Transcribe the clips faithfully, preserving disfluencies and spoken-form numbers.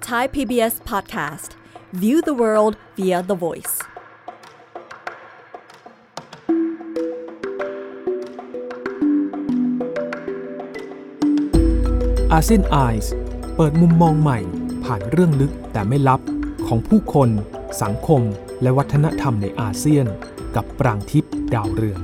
Thai พี บี เอส Podcast View the world via the voice อาเซียน Eyes เปิดมุมมองใหม่ผ่านเรื่องลึกแต่ไม่ลับของผู้คนสังคมและวัฒนธรรมในอาเซียนกับปรางทิพย์ดาวเรือง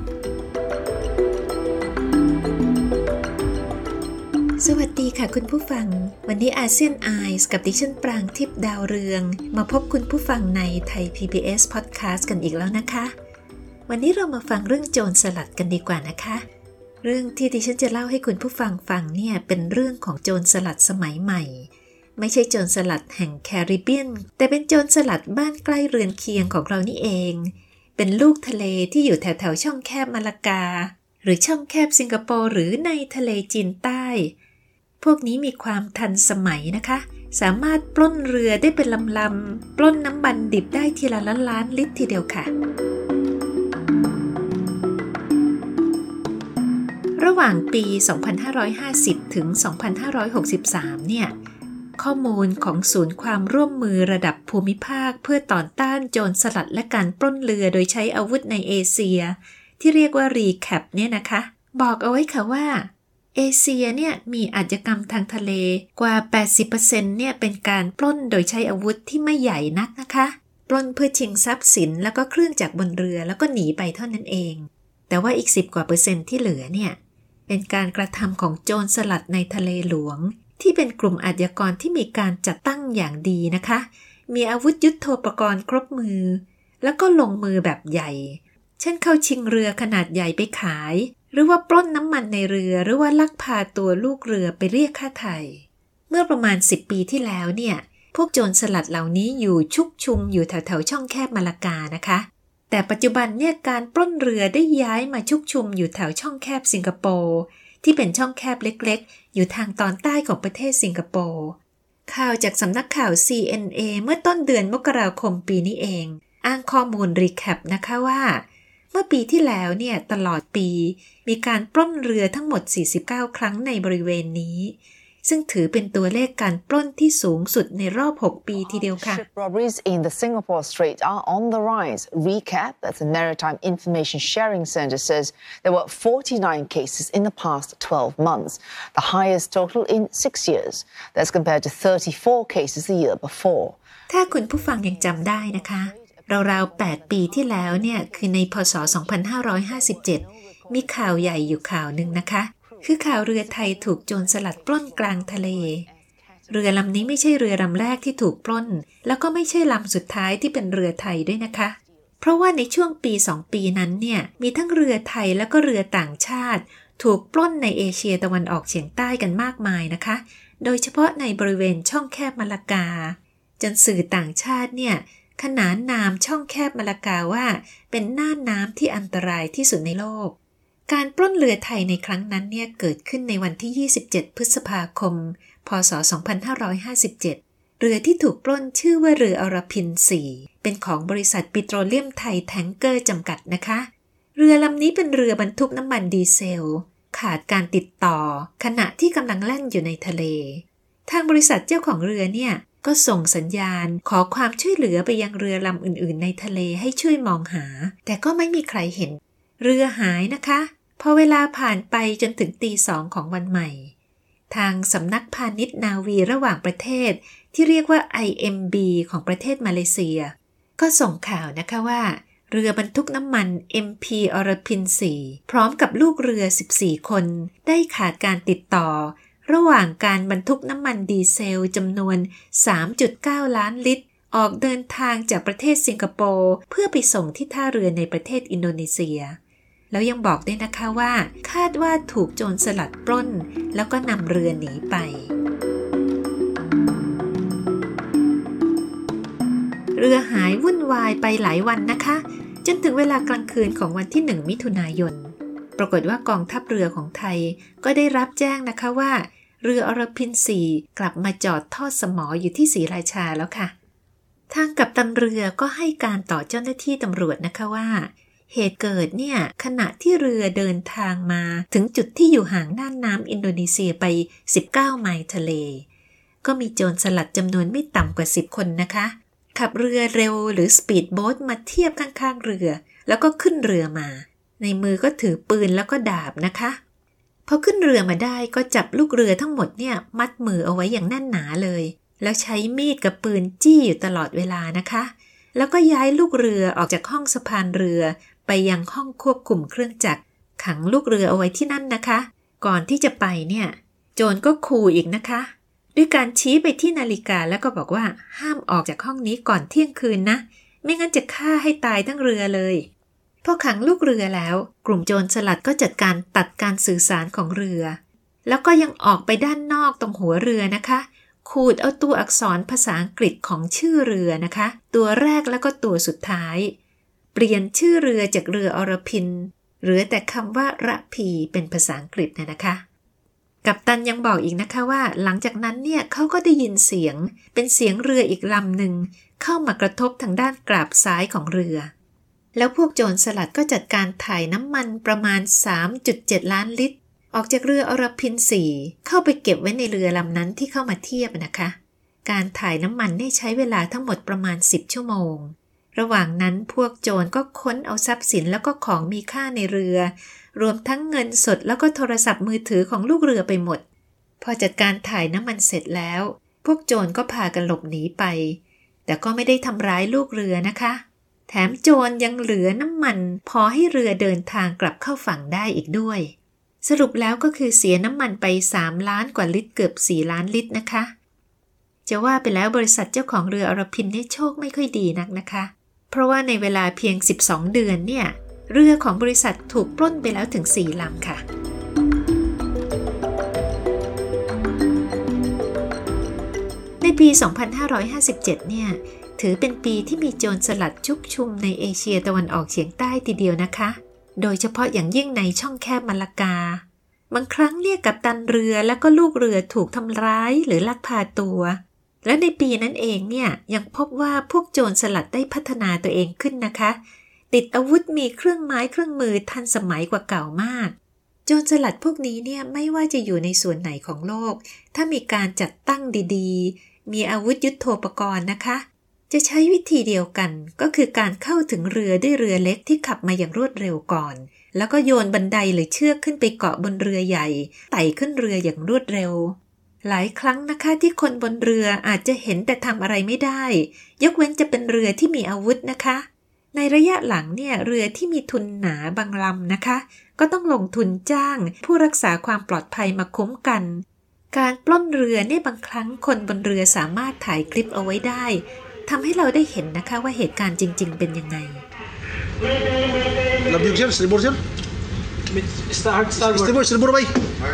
สวัสดีค่ะคุณผู้ฟังวันนี้อาเซียน Eyes กับดิฉันปรางทิพย์ดาวเรืองมาพบคุณผู้ฟังในไทย พี บี เอส Podcast กันอีกแล้วนะคะวันนี้เรามาฟังเรื่องโจรสลัดกันดีกว่านะคะเรื่องที่ดิฉันจะเล่าให้คุณผู้ฟังฟังเนี่ยเป็นเรื่องของโจรสลัดสมัยใหม่ไม่ใช่โจรสลัดแห่งแคริบเบียนแต่เป็นโจรสลัดบ้านใกล้เรือนเคียงของเรานี่เองเป็นลูกทะเลที่อยู่แถวๆช่องแคบมาลากาหรือช่องแคบสิงคโปร์หรือในทะเลจีนใต้พวกนี้มีความทันสมัยนะคะสามารถปล้นเรือได้เป็นลำๆปล้นน้ำมันดิบได้ทีละล้านล้านลิตรทีเดียวค่ะระหว่างปี สองพันห้าร้อยห้าสิบ ถึง สองพันห้าร้อยหกสิบสาม เนี่ยข้อมูลของศูนย์ความร่วมมือระดับภูมิภาคเพื่อต่อต้านโจรสลัดและการปล้นเรือโดยใช้อาวุธในเอเชียที่เรียกว่า รีแคป เนี่ยนะคะบอกเอาไว้ค่ะว่าเอเชียเนี่ยมีอาชญากรรมทางทะเลกว่า แปดสิบเปอร์เซ็นต์ เนี่ยเป็นการปล้นโดยใช้อาวุธที่ไม่ใหญ่นักนะคะปล้นเพื่อชิงทรัพย์สินแล้วก็เครื่องจักรบนเรือแล้วก็หนีไปเท่านั้นเองแต่ว่าอีกสิบกว่าเปอร์เซ็นต์ที่เหลือเนี่ยเป็นการกระทำของโจรสลัดในทะเลหลวงที่เป็นกลุ่มอาชญากรที่มีการจัดตั้งอย่างดีนะคะมีอาวุธยุทโธปกรณ์ครบมือแล้วก็ลงมือแบบใหญ่เช่นเข้าชิงเรือขนาดใหญ่ไปขายหรือว่าปล้นน้ำมันในเรือหรือว่าลักพาตัวลูกเรือไปเรียกค่าไถ่เมื่อประมาณสิบปีที่แล้วเนี่ยพวกโจรสลัดเหล่านี้อยู่ชุกชุมอยู่แถวๆช่องแคบมาลากานะคะแต่ปัจจุบันเนี่ยการปล้นเรือได้ย้ายมาชุกชุมอยู่แถวช่องแคบสิงคโปร์ที่เป็นช่องแคบเล็กๆอยู่ทางตอนใต้ของประเทศสิงคโปร์ข่าวจากสำนักข่าว ซี เอ็น เอ เมื่อต้นเดือนมกราคมปีนี้เองอ้างข้อมูลรีแคปนะคะว่าเมื่อปีที่แล้วเนี่ยตลอดปีมีการปล้นเรือทั้งหมดสี่สิบเก้าครั้งในบริเวณนี้ซึ่งถือเป็นตัวเลขการปล้นที่สูงสุดในรอบหกปีทีเดียวค่ะ Ship robberies in the Singapore Strait are on the rise. Recap, that's the Maritime Information Sharing Centre, says there were forty-nine cases in the past twelve months, the highest total in six years. That's compared to thirty-four cases the year before. ถ้าคุณผู้ฟังยังจำได้นะคะราวๆแปดปีที่แล้วเนี่ยคือในพ.ศ. สองพันห้าร้อยห้าสิบเจ็ดมีข่าวใหญ่อยู่ข่าวหนึ่งนะคะคือข่าวเรือไทยถูกโจรสลัดปล้นกลางทะเลเรือลำนี้ไม่ใช่เรือลำแรกที่ถูกปล้นแล้วก็ไม่ใช่ลำสุดท้ายที่เป็นเรือไทยด้วยนะคะเพราะว่าในช่วงปีสองปีนั้นเนี่ยมีทั้งเรือไทยแล้วก็เรือต่างชาติถูกปล้นในเอเชียตะวันออกเฉียงใต้กันมากมายนะคะโดยเฉพาะในบริเวณช่องแคบมาลากาจนสื่อต่างชาติเนี่ยขนานนามช่องแคบมาลากาว่าเป็นน่านน้ำที่อันตรายที่สุดในโลกการปล้นเรือไทยในครั้งนั้นเนี่ยเกิดขึ้นในวันที่ยี่สิบเจ็ดพฤษภาคมพ.ศ. สองพันห้าร้อยห้าสิบเจ็ดเรือที่ถูกปล้นชื่อว่าเรืออรพินสี่เป็นของบริษัทปิโตรเลียมไทยแทงเกอร์จำกัดนะคะเรือลำนี้เป็นเรือบรรทุกน้ำมันดีเซลขาดการติดต่อขณะที่กำลังแล่นอยู่ในทะเลทางบริษัทเจ้าของเรือเนี่ยก็ส่งสัญญาณขอความช่วยเหลือไปยังเรือลำอื่นๆในทะเลให้ช่วยมองหาแต่ก็ไม่มีใครเห็นเรือหายนะคะพอเวลาผ่านไปจนถึงตีสองของวันใหม่ทางสำนักพาณิชย์นาวีระหว่างประเทศที่เรียกว่า ไอ เอ็ม บี ของประเทศมาเลเซียก็ส่งข่าวนะคะว่าเรือบรรทุกน้ำมัน เอ็ม พี อรพินสี่พร้อมกับลูกเรือสิบสี่คนได้ขาดการติดต่อระหว่างการบรรทุกน้ำมันดีเซลจำนวน สามจุดเก้า ล้านลิตรออกเดินทางจากประเทศสิงคโปร์เพื่อไปส่งที่ท่าเรือในประเทศอินโดนีเซียแล้วยังบอกด้วยนะคะว่าคาดว่าถูกโจรสลัดปล้นแล้วก็นำเรือหนีไปเรือหายวุ่นวายไปหลายวันนะคะจนถึงเวลากลางคืนของวันที่หนึ่งมิถุนายนปรากฏว่ากองทัพเรือของไทยก็ได้รับแจ้งนะคะว่าเรืออรพินสี่กลับมาจอดทอดสมออยู่ที่ศรีราชาแล้วค่ะทางกัปตันเรือก็ให้การต่อเจ้าหน้าที่ตำรวจนะคะว่าเหตุเกิดเนี่ยขณะที่เรือเดินทางมาถึงจุดที่อยู่ห่างน่านน้ำอินโดนีเซียไปสิบเก้าไมล์ทะเลก็มีโจรสลัดจำนวนไม่ต่ำกว่าสิบคนนะคะขับเรือเร็วหรือสปีดโบ๊ทมาเทียบข้างๆเรือแล้วก็ขึ้นเรือมาในมือก็ถือปืนแล้วก็ดาบนะคะพอขึ้นเรือมาได้ก็จับลูกเรือทั้งหมดเนี่ยมัดมือเอาไว้อย่างแน่นหนาเลยแล้วใช้มีดกับปืนจี้อยู่ตลอดเวลานะคะแล้วก็ย้ายลูกเรือออกจากห้องสะพานเรือไปยังห้องควบคุมเครื่องจักรขังลูกเรือเอาไว้ที่นั่นนะคะก่อนที่จะไปเนี่ยโจรก็ขู่อีกนะคะด้วยการชี้ไปที่นาฬิกาแล้วก็บอกว่าห้ามออกจากห้องนี้ก่อนเที่ยงคืนนะไม่งั้นจะฆ่าให้ตายทั้งเรือเลยพอขังลูกเรือแล้วกลุ่มโจรสลัดก็จัดการตัดการสื่อสารของเรือแล้วก็ยังออกไปด้านนอกตรงหัวเรือนะคะขูดเอาตัวอักษรภาษาอังกฤษของชื่อเรือนะคะตัวแรกแล้วก็ตัวสุดท้ายเปลี่ยนชื่อเรือจากเรืออรพินเหลือแต่คำว่าระพีเป็นภาษาอังกฤษนะนะคะกัปตันยังบอกอีกนะคะว่าหลังจากนั้นเนี่ยเขาก็ได้ยินเสียงเป็นเสียงเรืออีกลำหนึ่งเข้ามากระทบทางด้านกราบซ้ายของเรือแล้วพวกโจรสลัดก็จัดการถ่ายน้ำมันประมาณ สามจุดเจ็ด ล้านลิตรออกจากเรืออรพินสี่เข้าไปเก็บไว้ในเรือลำนั้นที่เข้ามาเทียบนะคะการถ่ายน้ำมันได้ใช้เวลาทั้งหมดประมาณสิบชั่วโมงระหว่างนั้นพวกโจรก็ค้นเอาทรัพย์สินแล้วก็ของมีค่าในเรือรวมทั้งเงินสดแล้วก็โทรศัพท์มือถือของลูกเรือไปหมดพอจัดการถ่ายน้ำมันเสร็จแล้วพวกโจรก็พากันหลบหนีไปแต่ก็ไม่ได้ทำร้ายลูกเรือนะคะแถมโจรยังเหลือน้ำมันพอให้เรือเดินทางกลับเข้าฝั่งได้อีกด้วยสรุปแล้วก็คือเสียน้ำมันไปสามล้านกว่าลิตรเกือบสี่ล้านลิตรนะคะจะว่าไปแล้วบริษัทเจ้าของเรืออรพินนี่โชคไม่ค่อยดีนักนะคะเพราะว่าในเวลาเพียงสิบสองเดือนเนี่ยเรือของบริษัทถูกปล้นไปแล้วถึงสี่ลำค่ะในปีสองพันห้าร้อยห้าสิบเจ็ดเนี่ยถือเป็นปีที่มีโจรสลัดชุกชุมในเอเชียตะวันออกเฉียงใต้ทีเดียวนะคะโดยเฉพาะอย่างยิ่งในช่องแคบมัลลากาบางครั้งเนี่ยกัปตันเรือและก็ลูกเรือถูกทำร้ายหรือลักพาตัวและในปีนั้นเองเนี่ยยังพบว่าพวกโจรสลัดได้พัฒนาตัวเองขึ้นนะคะติดอาวุธมีเครื่องไม้เครื่องมือทันสมัยกว่าเก่ามากโจรสลัดพวกนี้เนี่ยไม่ว่าจะอยู่ในส่วนไหนของโลกถ้ามีการจัดตั้งดีๆมีอาวุธยุทโธปกรณ์นะคะจะใช้วิธีเดียวกันก็คือการเข้าถึงเรือด้วยเรือเล็กที่ขับมาอย่างรวดเร็วก่อนแล้วก็โยนบันไดหรือเชือกขึ้นไปเกาะบนเรือใหญ่ไต่ขึ้นเรืออย่างรวดเร็วหลายครั้งนะคะที่คนบนเรืออาจจะเห็นแต่ทำอะไรไม่ได้ยกเว้นจะเป็นเรือที่มีอาวุธนะคะในระยะหลังเนี่ยเรือที่มีทุนหนาบางลำนะคะก็ต้องลงทุนจ้างผู้รักษาความปลอดภัยมาคุ้มกันการปล้นเรือเนี่ยบางครั้งคนบนเรือสามารถถ่ายคลิปเอาไว้ได้ทำให้เราได้เห็นนะคะว่าเหตุการณ์จริงๆเป็นยังไง Lebih besar seribu besar. Start start. Seribu seribu baik.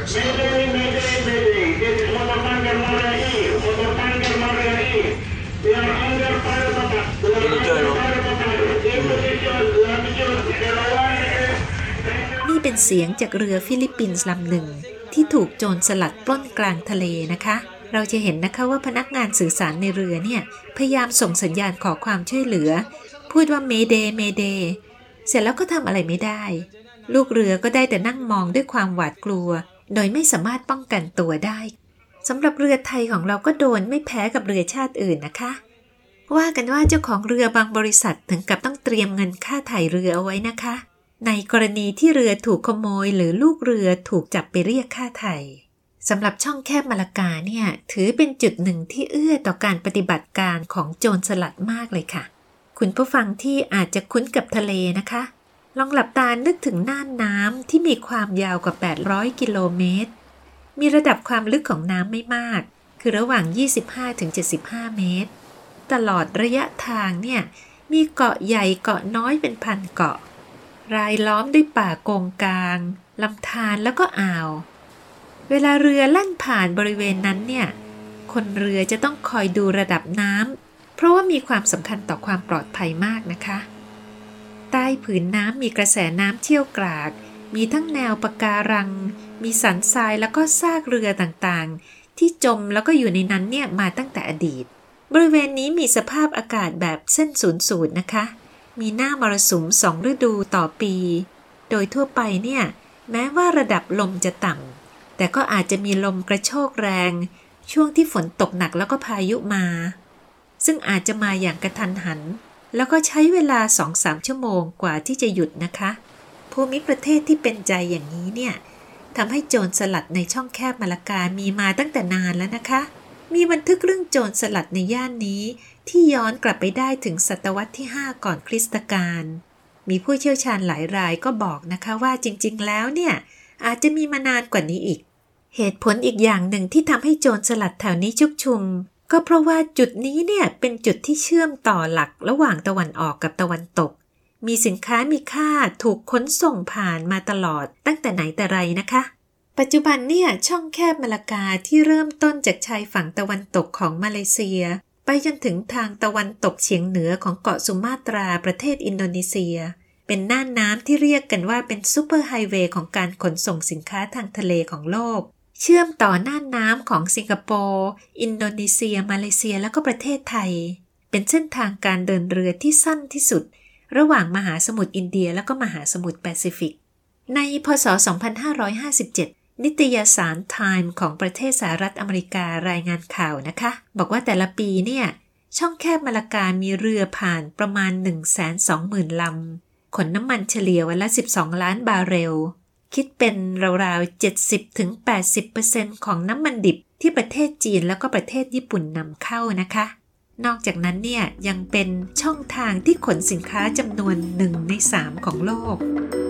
นี่เป็นเสียงจากเรือฟิลิปปินส์ลำหนึ่งที่ถูกโจรสลัดปล้นกลางทะเลนะคะเราจะเห็นนะคะว่าพนักงานสื่อสารในเรือเนี่ยพยายามส่งสัญญาณขอความช่วยเหลือพูดว่าเมเดเมเดเสร็จแล้วก็ทำอะไรไม่ได้ลูกเรือก็ได้แต่นั่งมองด้วยความหวาดกลัวโดยไม่สามารถป้องกันตัวได้สำหรับเรือไทยของเราก็โดนไม่แพ้กับเรือชาติอื่นนะคะว่ากันว่าเจ้าของเรือบางบริษัทถึงกับต้องเตรียมเงินค่าไถ่เรือเอาไว้นะคะในกรณีที่เรือถูกขโมยหรือลูกเรือถูกจับไปเรียกค่าไถ่สำหรับช่องแคบมัลลากาเนี่ยถือเป็นจุดหนึ่งที่เอื้อต่อการปฏิบัติการของโจรสลัดมากเลยค่ะคุณผู้ฟังที่อาจจะคุ้นกับทะเลนะคะลองหลับตานึกถึงน่านน้ำที่มีความยาวกว่าแปดร้อยกิโลเมตรมีระดับความลึกของน้ำไม่มากคือระหว่าง ยี่สิบห้าถึงเจ็ดสิบห้า เมตรตลอดระยะทางเนี่ยมีเกาะใหญ่เกาะน้อยเป็นพันเกาะรายล้อมด้วยป่าโกงกางลำธารแล้วก็อ่าวเวลาเรือแล่นผ่านบริเวณนั้นเนี่ยคนเรือจะต้องคอยดูระดับน้ำเพราะว่ามีความสำคัญต่อความปลอดภัยมากนะคะใต้ผืนน้ำมีกระแสน้ำเชี่ยวกรากมีทั้งแนวปะการังมีสันทรายแล้วก็ซากเรือต่างๆที่จมแล้วก็อยู่ในนั้นเนี่ยมาตั้งแต่อดีตบริเวณนี้มีสภาพอากาศแบบเส้นศูนย์สูตรนะคะมีหน้ามรสุมสองฤดูต่อปีโดยทั่วไปเนี่ยแม้ว่าระดับลมจะต่ำแต่ก็อาจจะมีลมกระโชกแรงช่วงที่ฝนตกหนักแล้วก็พายุมาซึ่งอาจจะมาอย่างกระทันหันแล้วก็ใช้เวลา สองถึงสาม ชั่วโมงกว่าที่จะหยุดนะคะภูมิประเทศที่เป็นใจอย่างนี้เนี่ยทำให้โจรสลัดในช่องแคบมาลากามีมาตั้งแต่นานแล้วนะคะมีบันทึกเรื่องโจรสลัดในย่านนี้ที่ย้อนกลับไปได้ถึงศตวรรษที่ห้าก่อนคริสตกาลมีผู้เชี่ยวชาญหลายรายก็บอกนะคะว่าจริงๆแล้วเนี่ยอาจจะมีมานานกว่านี้อีกเหตุผลอีกอย่างหนึ่งที่ทำให้โจรสลัดแถวนี้ชุกชุมก็เพราะว่าจุดนี้เนี่ยเป็นจุดที่เชื่อมต่อหลักระหว่างตะวันออกกับตะวันตกมีสินค้ามีค่าถูกขนส่งผ่านมาตลอดตั้งแต่ไหนแต่ไรนะคะปัจจุบันเนี่ยช่องแคบมาลากาที่เริ่มต้นจากชายฝั่งตะวันตกของมาเลเซียไปจนถึงทางตะวันตกเฉียงเหนือของเกาะสุมาตราประเทศอินโดนีเซียเป็นน่านน้ำที่เรียกกันว่าเป็นซูเปอร์ไฮเวย์ของการขนส่งสินค้าทางทะเลของโลกเชื่อมต่อน่านน้ำของสิงคโปร์อินโดนีเซียมาเลเซียแล้วก็ประเทศไทยเป็นเส้นทางการเดินเรือที่สั้นที่สุดระหว่างมหาสมุทรอินเดียแล้วก็มหาสมุทรแปซิฟิกในพ.ศ. สองพันห้าร้อยห้าสิบเจ็ดนิตยสาร Time ของประเทศสหรัฐอเมริการายงานข่าวนะคะบอกว่าแต่ละปีเนี่ยช่องแคบมาลากามีเรือผ่านประมาณ หนึ่งแสนสองหมื่น ลำขนน้ำมันเฉลี่ยวันละสิบสองล้านบาร์เรลคิดเป็นราวๆ เจ็ดสิบถึงแปดสิบเปอร์เซ็นต์ ของน้ำมันดิบที่ประเทศจีนแล้วก็ประเทศญี่ปุ่นนำเข้านะคะนอกจากนั้นเนี่ยยังเป็นช่องทางที่ขนสินค้าจำนวนหนึ่งในสามของโลก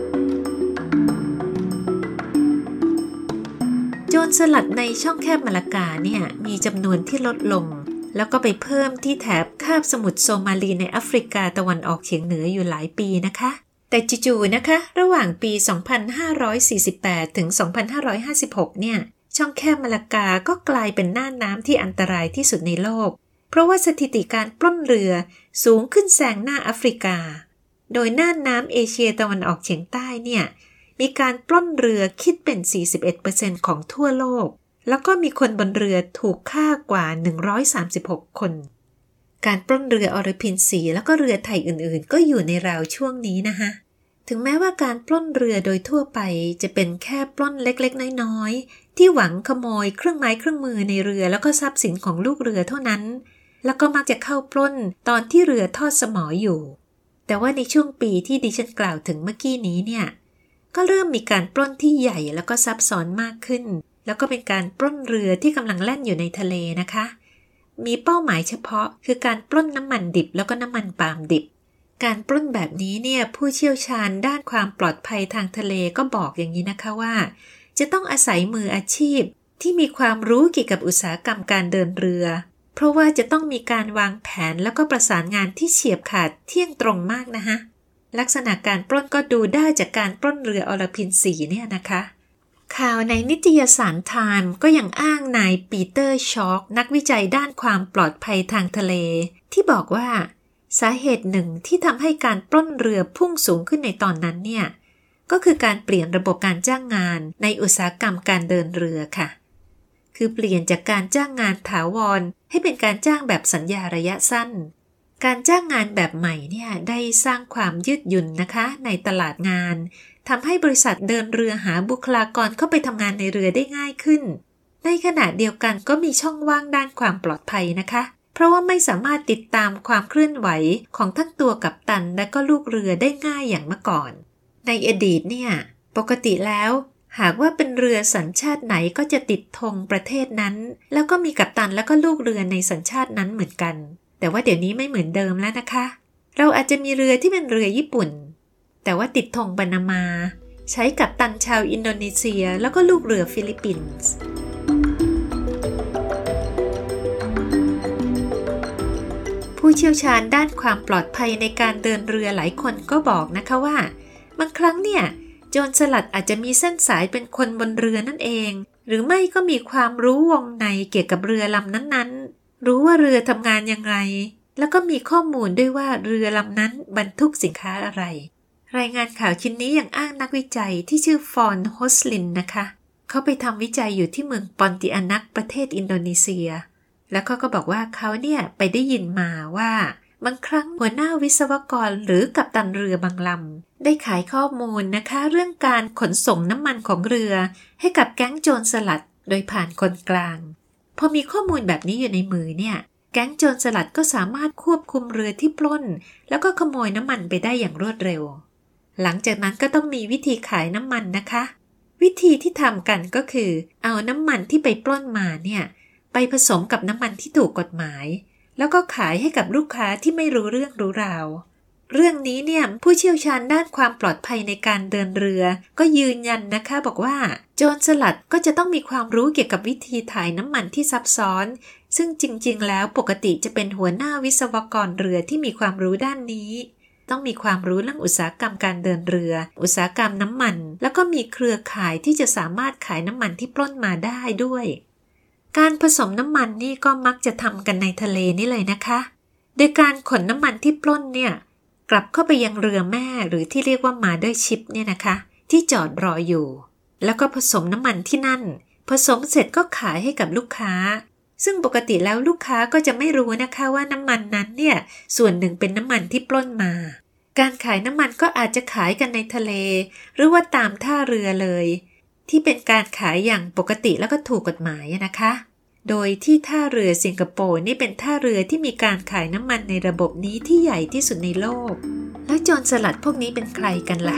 โจรสลัดในช่องแคบมาลากาเนี่ยมีจำนวนที่ลดลงแล้วก็ไปเพิ่มที่แถบคาบสมุทรโซมาลีในแอฟริกาตะวันออกเฉียงเหนืออยู่หลายปีนะคะแต่จู่ๆนะคะระหว่างปี สองพันห้าร้อยสี่สิบแปด ถึง สองพันห้าร้อยห้าสิบหก เนี่ยช่องแคบมาลากาก็กลายเป็นน่านน้ำที่อันตรายที่สุดในโลกเพราะว่าสถิติการปล้นเรือสูงขึ้นแซงหน้าแอฟริกาโดยน่านน้ำเอเชียตะวันออกเฉียงใต้เนี่ยมีการปล้นเรือคิดเป็น สี่สิบเอ็ดเปอร์เซ็นต์ ของทั่วโลกแล้วก็มีคนบนเรือถูกฆ่ากว่าหนึ่งร้อยสามสิบหกคนการปล้นเรืออรพินศรีแล้วก็เรือไทยอื่นๆก็อยู่ในราวช่วงนี้นะคะถึงแม้ว่าการปล้นเรือโดยทั่วไปจะเป็นแค่ปล้นเล็กๆน้อยๆที่หวังขโมยเครื่องไม้เครื่องมือในเรือแล้วก็ทรัพย์สินของลูกเรือเท่านั้นแล้วก็มักจะเข้าปล้นตอนที่เรือทอดสมออยู่แต่ว่าในช่วงปีที่ดิฉันกล่าวถึงเมื่อกี้นี้เนี่ยก็เริ่มมีการปล้นที่ใหญ่แล้วก็ซับซ้อนมากขึ้นแล้วก็เป็นการปล้นเรือที่กำลังแล่นอยู่ในทะเลนะคะมีเป้าหมายเฉพาะคือการปล้นน้ำมันดิบแล้วก็น้ำมันปาล์มดิบการปล้นแบบนี้เนี่ยผู้เชี่ยวชาญด้านความปลอดภัยทางทะเลก็บอกอย่างนี้นะคะว่าจะต้องอาศัยมืออาชีพที่มีความรู้เกี่ยวกับอุตสาหกรรมการเดินเรือเพราะว่าจะต้องมีการวางแผนแล้วก็ประสานงานที่เฉียบขาดเที่ยงตรงมากนะคะลักษณะการปล้นก็ดูได้จากการปล้นเรืออรพินศรีเนี่ยนะคะข่าวในนิตยสาร Time ก็ยังอ้างนายปีเตอร์ช็อกนักวิจัยด้านความปลอดภัยทางทะเลที่บอกว่าสาเหตุหนึ่งที่ทำให้การปล้นเรือพุ่งสูงขึ้นในตอนนั้นเนี่ยก็คือการเปลี่ยนระบบการจ้างงานในอุตสาหกรรมการเดินเรือค่ะคือเปลี่ยนจากการจ้างงานถาวรให้เป็นการจ้างแบบสัญญาระยะสั้นการจ้างงานแบบใหม่เนี่ยได้สร้างความยืดหยุ่นนะคะในตลาดงานทำให้บริษัทเดินเรือหาบุคลากรเข้าไปทำงานในเรือได้ง่ายขึ้นในขณะเดียวกันก็มีช่องว่างด้านความปลอดภัยนะคะเพราะว่าไม่สามารถติดตามความเคลื่อนไหวของทั้งตัวกัปตันและก็ลูกเรือได้ง่ายอย่างเมื่อก่อนในอดีตเนี่ยปกติแล้วหากว่าเป็นเรือสัญชาติไหนก็จะติดธงประเทศนั้นแล้วก็มีกัปตันแล้วก็ลูกเรือในสัญชาตินั้นเหมือนกันแต่ว่าเดี๋ยวนี้ไม่เหมือนเดิมแล้วนะคะเราอาจจะมีเรือที่เป็นเรือญี่ปุ่นแต่ว่าติดธงปานามาใช้กัปตันชาวอินโดนีเซียแล้วก็ลูกเรือฟิลิปปินส์ผู้เชี่ยวชาญด้านความปลอดภัยในการเดินเรือหลายคนก็บอกนะคะว่าบางครั้งเนี่ยโจรสลัดอาจจะมีเส้นสายเป็นคนบนเรือนั่นเองหรือไม่ก็มีความรู้วงในเกี่ยวกับเรือลำนั้นๆรู้ว่าเรือทำงานยังไงแล้วก็มีข้อมูลด้วยว่าเรือลำนั้นบรรทุกสินค้าอะไรรายงานข่าวชิ้นนี้ยังอ้างนักวิจัยที่ชื่อฟอนโฮสลินนะคะเขาไปทำวิจัยอยู่ที่เมืองปอนติอานักประเทศอินโดนีเซียแล้วเขาก็บอกว่าเขาเนี่ยไปได้ยินมาว่าบางครั้งหัวหน้าวิศวกรหรือกัปตันเรือบางลำได้ขายข้อมูลนะคะเรื่องการขนส่งน้ำมันของเรือให้กับแก๊งโจรสลัดโดยผ่านคนกลางพอมีข้อมูลแบบนี้อยู่ในมือเนี่ยแก๊งโจรสลัดก็สามารถควบคุมเรือที่ปล้นแล้วก็ขโมยน้ำมันไปได้อย่างรวดเร็วหลังจากนั้นก็ต้องมีวิธีขายน้ำมันนะคะวิธีที่ทำกันก็คือเอาน้ำมันที่ไปปล้นมาเนี่ยไปผสมกับน้ำมันที่ถูกกฎหมายแล้วก็ขายให้กับลูกค้าที่ไม่รู้เรื่องรู้ราวเรื่องนี้เนี่ยผู้เชี่ยวชาญด้านความปลอดภัยในการเดินเรือก็ยืนยันนะคะบอกว่าโจรสลัดก็จะต้องมีความรู้เกี่ยวกับวิธีถ่ายน้ำมันที่ซับซ้อนซึ่งจริงๆแล้วปกติจะเป็นหัวหน้าวิศวกรเรือที่มีความรู้ด้านนี้ต้องมีความรู้เรื่องอุตสาหกรรมการเดินเรืออุตสาหกรรมน้ำมันแล้วก็มีเครือข่ายที่จะสามารถขายน้ำมันที่ปล้นมาได้ด้วยการผสมน้ำมันนี่ก็มักจะทำกันในทะเลนี่เลยนะคะโดยการขนน้ำมันที่ปล้นเนี่ยกลับเข้าไปยังเรือแม่หรือที่เรียกว่ามาเดอร์ชิพเนี่ยนะคะที่จอดรออยู่แล้วก็ผสมน้ำมันที่นั่นผสมเสร็จก็ขายให้กับลูกค้าซึ่งปกติแล้วลูกค้าก็จะไม่รู้นะคะว่าน้ำมันนั้นเนี่ยส่วนหนึ่งเป็นน้ำมันที่ปล้นมาการขายน้ำมันก็อาจจะขายกันในทะเลหรือว่าตามท่าเรือเลยที่เป็นการขายอย่างปกติแล้วก็ถูกกฎหมายนะคะโดยที่ท่าเรือสิงคโปร์นี่เป็นท่าเรือที่มีการขายน้ำมันในระบบนี้ที่ใหญ่ที่สุดในโลกแล้วโจรสลัดพวกนี้เป็นใครกันล่ะ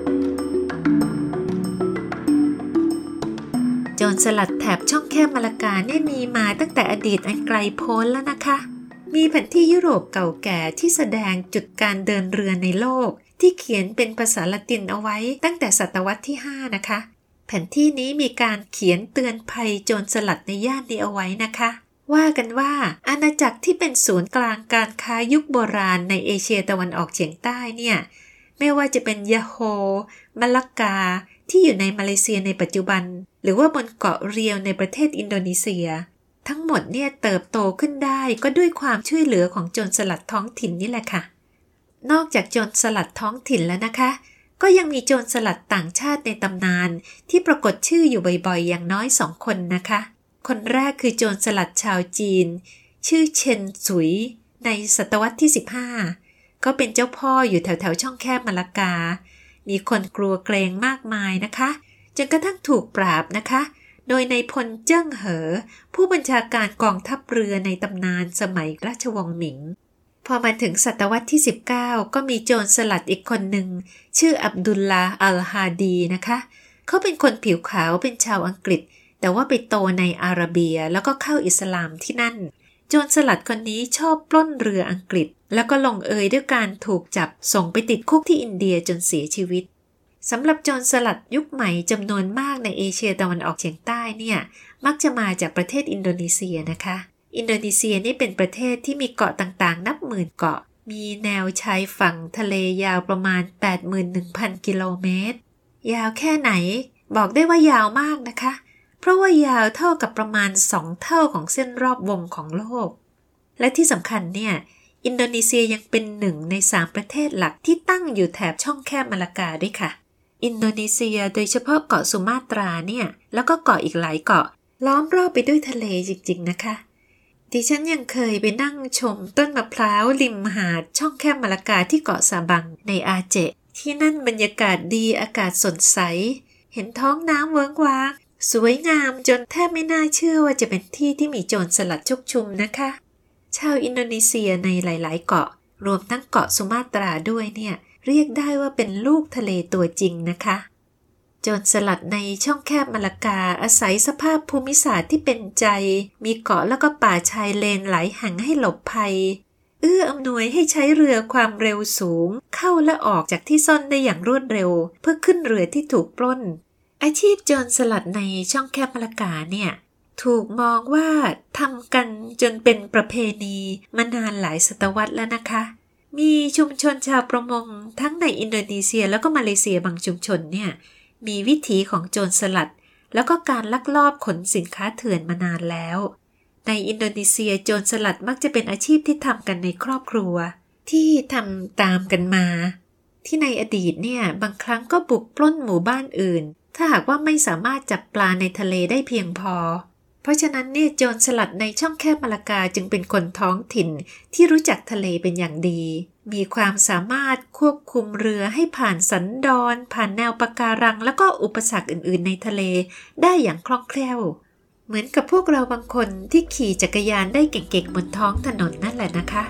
โจรสลัดแถบช่องแคบมาลากาเนี่ยมีมาตั้งแต่อดีตอันไกลโพ้นแล้วนะคะมีแผนที่ยุโรปเก่าแก่ที่แสดงจุดการเดินเรือในโลกที่เขียนเป็นภาษาละตินเอาไว้ตั้งแต่ศตวรรษที่ห้านะคะแผนที่นี้มีการเขียนเตือนภัยโจรสลัดในย่านนี้เอาไว้นะคะว่ากันว่าอาณาจักรที่เป็นศูนย์กลางการค้ายุคโบราณในเอเชียตะวันออกเฉียงใต้เนี่ยไม่ว่าจะเป็นยาโฮมาลากาที่อยู่ในมาเลเซียในปัจจุบันหรือว่าบนเกาะเรียวในประเทศอินโดนีเซียทั้งหมดเนี่ยเติบโตขึ้นได้ก็ด้วยความช่วยเหลือของโจรสลัดท้องถิ่นนี่แหละค่ะนอกจากโจรสลัดท้องถิ่นแล้วนะคะก็ยังมีโจรสลัดต่างชาติในตำนานที่ปรากฏชื่ออยู่บ่อยๆอย่างน้อยสองคนนะคะคนแรกคือโจรสลัดชาวจีนชื่อเชนซุยในศตวรรษที่สิบห้าก็เป็นเจ้าพ่ออยู่แถวๆช่องแคบมาลากามีคนกลัวเกรงมากมายนะคะจนกระทั่งถูกปราบนะคะโดยนายพลเจิ้งเหอผู้บัญชาการกองทัพเรือในตำนานสมัยราชวงศ์หมิงพอมาถึงศตวรรษที่สิบเก้าก็มีโจรสลัดอีกคนหนึ่งชื่ออับดุลลาห์อัลฮาดีนะคะเขาเป็นคนผิวขาวเป็นชาวอังกฤษแต่ว่าไปโตในอาระเบียแล้วก็เข้าอิสลามที่นั่นโจรสลัดคนนี้ชอบปล้นเรืออังกฤษแล้วก็ลงเอยด้วยการถูกจับส่งไปติดคุกที่อินเดียจนเสียชีวิตสำหรับโจรสลัดยุคใหม่จำนวนมากในเอเชียตะวันออกเฉียงใต้เนี่ยมักจะมาจากประเทศอินโดนีเซียนะคะอินโดนีเซียนี่เป็นประเทศที่มีเกาะต่างๆนับหมื่นเกาะมีแนวชายฝั่งทะเลยาวประมาณ แปดหมื่นหนึ่งพัน กิโลเมตรยาวแค่ไหนบอกได้ว่ายาวมากนะคะเพราะว่ายาวเท่ากับประมาณสองเท่าของเส้นรอบวงของโลกและที่สำคัญเนี่ยอินโดนีเซียยังเป็นหนึ่งในสามประเทศหลักที่ตั้งอยู่แถบช่องแคบมาลากาด้วยค่ะอินโดนีเซียโดยเฉพาะเกาะสุมาตราเนี่ยแล้วก็เกาะอีกหลายเกาะล้อมรอบไปด้วยทะเลจริงๆนะคะดิฉันยังเคยไปนั่งชมต้นมะพร้าวริมหาดช่องแคบมาลากาที่เกาะซาบังในอาเจที่นั่นบรรยากาศดีอากาศสดใสเห็นท้องน้ำเวิ้งว้างสวยงามจนแทบไม่น่าเชื่อว่าจะเป็นที่ที่มีโจรสลัดชุกชุมนะคะชาวอินโดนีเซียในหลายๆเกาะรวมทั้งเกาะสุมาตราด้วยเนี่ยเรียกได้ว่าเป็นลูกทะเลตัวจริงนะคะโจรสลัดในช่องแคบมาลากาอาศัยสภาพภูมิศาสตร์ที่เป็นใจมีเกาะแล้วก็ป่าชายเลนหลายแห่งให้หลบภัยเอื้ออำนวยให้ใช้เรือความเร็วสูงเข้าและออกจากที่ซ่อนได้อย่างรวดเร็วเพื่อขึ้นเรือที่ถูกปล้นอาชีพโจรสลัดในช่องแคบมาลากาเนี่ยถูกมองว่าทำกันจนเป็นประเพณีมานานหลายศตวรรษแล้วนะคะมีชุมชนชาวประมงทั้งในอินโดนีเซียแล้วก็มาเลเซียบางชุมชนเนี่ยมีวิถีของโจรสลัดแล้วก็การลักลอบขนสินค้าเถื่อนมานานแล้วในอินโดนีเซียโจรสลัดมักจะเป็นอาชีพที่ทำกันในครอบครัวที่ทำตามกันมาที่ในอดีตเนี่ยบางครั้งก็บุกปล้นหมู่บ้านอื่นถ้าหากว่าไม่สามารถจับปลาในทะเลได้เพียงพอเพราะฉะนั้นเนี่ยโจรสลัดในช่องแคบมาลากาจึงเป็นคนท้องถิ่นที่รู้จักทะเลเป็นอย่างดีมีความสามารถควบคุมเรือให้ผ่านสันดอนผ่านแนวปะการังแล้วก็อุปสรรคอื่นๆในทะเลได้อย่างคล่องแคล่วเหมือนกับพวกเราบางคนที่ขี่จักรยานได้เก่งๆบนท้องถนนนั่นแหละนะคะ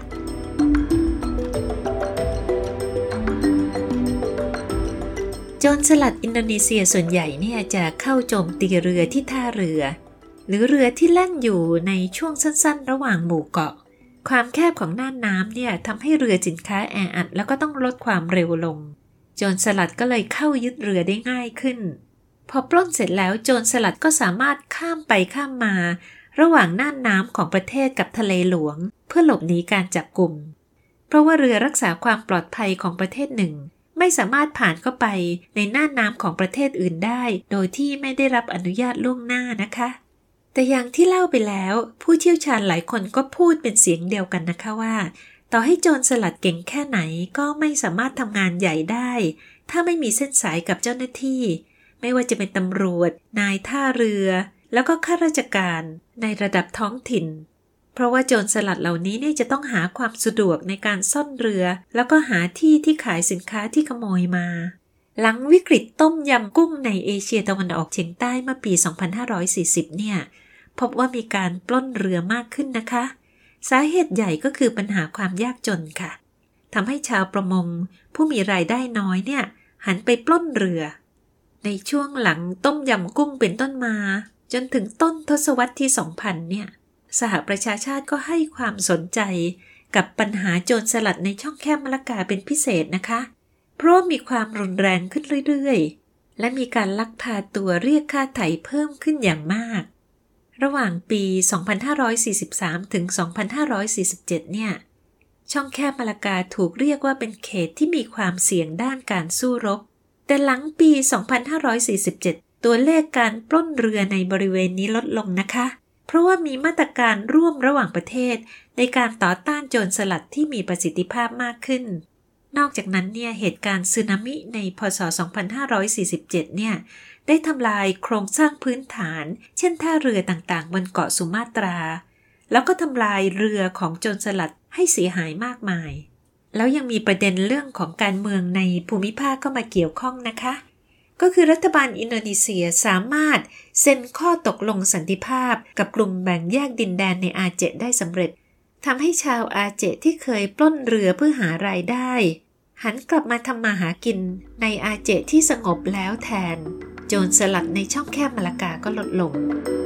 โจรสลัดอินโดนีเซียส่วนใหญ่เนี่ยจะเข้าโจมตีเรือที่ท่าเรือหรือเรือที่แล่นอยู่ในช่วงสั้นๆระหว่างหมู่เกาะความแคบของน่านน้ำเนี่ยทำให้เรือสินค้าแออัดแล้วก็ต้องลดความเร็วลงโจรสลัดก็เลยเข้ายึดเรือได้ง่ายขึ้นพอปล้นเสร็จแล้วโจรสลัดก็สามารถข้ามไปข้ามมาระหว่างน่านน้ำของประเทศกับทะเลหลวงเพื่อหลบหนีการจับกุมเพราะว่าเรือรักษาความปลอดภัยของประเทศหนึ่งไม่สามารถผ่านเข้าไปในน่านน้ำของประเทศอื่นได้โดยที่ไม่ได้รับอนุญาตล่วงหน้านะคะแต่อย่างที่เล่าไปแล้วผู้เชี่ยวชาญหลายคนก็พูดเป็นเสียงเดียวกันนะคะว่าต่อให้โจรสลัดเก่งแค่ไหนก็ไม่สามารถทำงานใหญ่ได้ถ้าไม่มีเส้นสายกับเจ้าหน้าที่ไม่ว่าจะเป็นตำรวจนายท่าเรือแล้วก็ข้าราชการในระดับท้องถิ่นเพราะว่าโจรสลัดเหล่านี้เนี่ยจะต้องหาความสะดวกในการซ่อนเรือแล้วก็หาที่ที่ขายสินค้าที่ขโมยมาหลังวิกฤตต้มยำกุ้งในเอเชียตะวันออกเฉียงใต้เมื่อปี สองพันห้าร้อยสี่สิบ เนี่ยพบว่ามีการปล้นเรือมากขึ้นนะคะสาเหตุใหญ่ก็คือปัญหาความยากจนค่ะทำให้ชาวประมงผู้มีรายได้น้อยเนี่ยหันไปปล้นเรือในช่วงหลังต้มยำกุ้งเป็นต้นมาจนถึงต้นทศวรรษที่ สองพัน เนี่ยสหประชาชาติก็ให้ความสนใจกับปัญหาโจรสลัดในช่องแคบมะละกาเป็นพิเศษนะคะเพราะมีความรุนแรงขึ้นเรื่อยๆและมีการลักพาตัวเรียกค่าไถ่เพิ่มขึ้นอย่างมากระหว่างปี สองพันห้าร้อยสี่สิบสาม ถึง สองพันห้าร้อยสี่สิบเจ็ด เนี่ยช่องแคบมะละกาถูกเรียกว่าเป็นเขตที่มีความเสี่ยงด้านการสู้รบแต่หลังปี สองพันห้าร้อยสี่สิบเจ็ด ตัวเลขการปล้นเรือในบริเวณนี้ลดลงนะคะเพราะว่ามีมาตรการร่วมระหว่างประเทศในการต่อต้านโจรสลัดที่มีประสิทธิภาพมากขึ้นนอกจากนั้นเนี่ยเหตุการณ์สึนามิในพ.ศ. สองพันห้าร้อยสี่สิบเจ็ด เนี่ยได้ทำลายโครงสร้างพื้นฐานเช่นท่าเรือต่างๆบนเกาะสุมาตราแล้วก็ทำลายเรือของโจรสลัดให้เสียหายมากมายแล้วยังมีประเด็นเรื่องของการเมืองในภูมิภาคเข้ามาเกี่ยวข้องนะคะก็คือรัฐบาลอินโดนีเซียสามารถเซ็นข้อตกลงสันติภาพกับกลุ่มแบ่งแยกดินแดนในอาเจได้สำเร็จทำให้ชาวอาเจที่เคยปล้นเรือเพื่อหารายได้หันกลับมาทำมาหากินในอาเจที่สงบแล้วแทนโจรสลัดในช่องแคบมะละกาก็ลดลง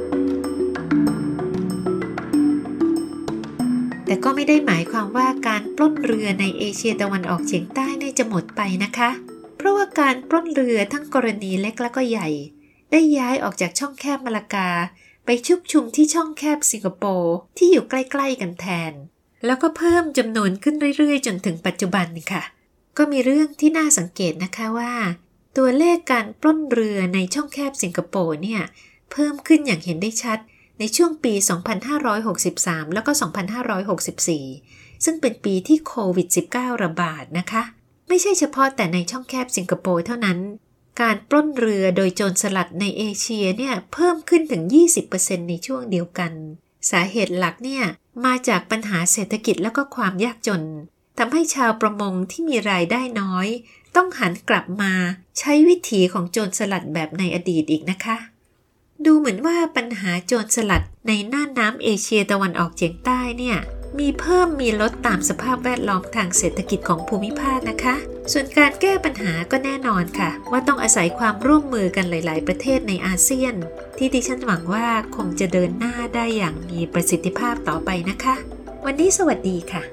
แต่ก็ไม่ได้หมายความว่าการปล้นเรือในเอเชียตะวันออกเฉียงใต้จะหมดไปนะคะเพราะว่าการปล้นเรือทั้งกรณีเล็กและก็ใหญ่ได้ย้ายออกจากช่องแคบมะละกาไปชุกชุมที่ช่องแคบสิงคโปร์ที่อยู่ใกล้ๆกันแทนแล้วก็เพิ่มจำนวนขึ้นเรื่อยๆจนถึงปัจจุบันค่ะก็มีเรื่องที่น่าสังเกตนะคะว่าตัวเลขการปล้นเรือในช่องแคบสิงคโปร์เนี่ยเพิ่มขึ้นอย่างเห็นได้ชัดในช่วงปี สองพันห้าร้อยหกสิบสาม แล้วก็ สองพันห้าร้อยหกสิบสี่ ซึ่งเป็นปีที่โควิด สิบเก้า ระบาดนะคะไม่ใช่เฉพาะแต่ในช่องแคบสิงคโปร์เท่านั้นการปล้นเรือโดยโจรสลัดในเอเชียเนี่ยเพิ่มขึ้นถึง ยี่สิบเปอร์เซ็นต์ ในช่วงเดียวกันสาเหตุหลักเนี่ยมาจากปัญหาเศรษฐกิจแล้วก็ความยากจนทำให้ชาวประมงที่มีรายได้น้อยต้องหันกลับมาใช้วิถีของโจรสลัดแบบในอดีตอีกนะคะดูเหมือนว่าปัญหาโจรสลัดในน่านน้ำเอเชียตะวันออกเฉียงใต้เนี่ยมีเพิ่มมีลดตามสภาพแวดล้อมทางเศรษฐกิจของภูมิภาคนะคะส่วนการแก้ปัญหาก็แน่นอนค่ะว่าต้องอาศัยความร่วมมือกันหลายๆประเทศในอาเซียนที่ดิฉันหวังว่าคงจะเดินหน้าได้อย่างมีประสิทธิภาพต่อไปนะคะวันนี้สวัสดีค่ะ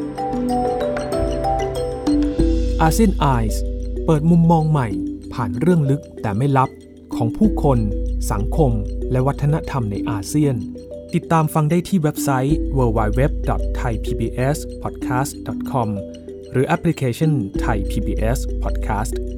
อาเซียน Eyes เปิดมุมมองใหม่ผ่านเรื่องลึกแต่ไม่ลับของผู้คนสังคมและวัฒนธรรมในอาเซียนติดตามฟังได้ที่เว็บไซต์ ดับเบิลยู ดับเบิลยู ดับเบิลยู ดอท ไทย พี บี เอส พอดแคสต์ ดอท คอม หรือแอปพลิเคชัน Thai พี บี เอส Podcast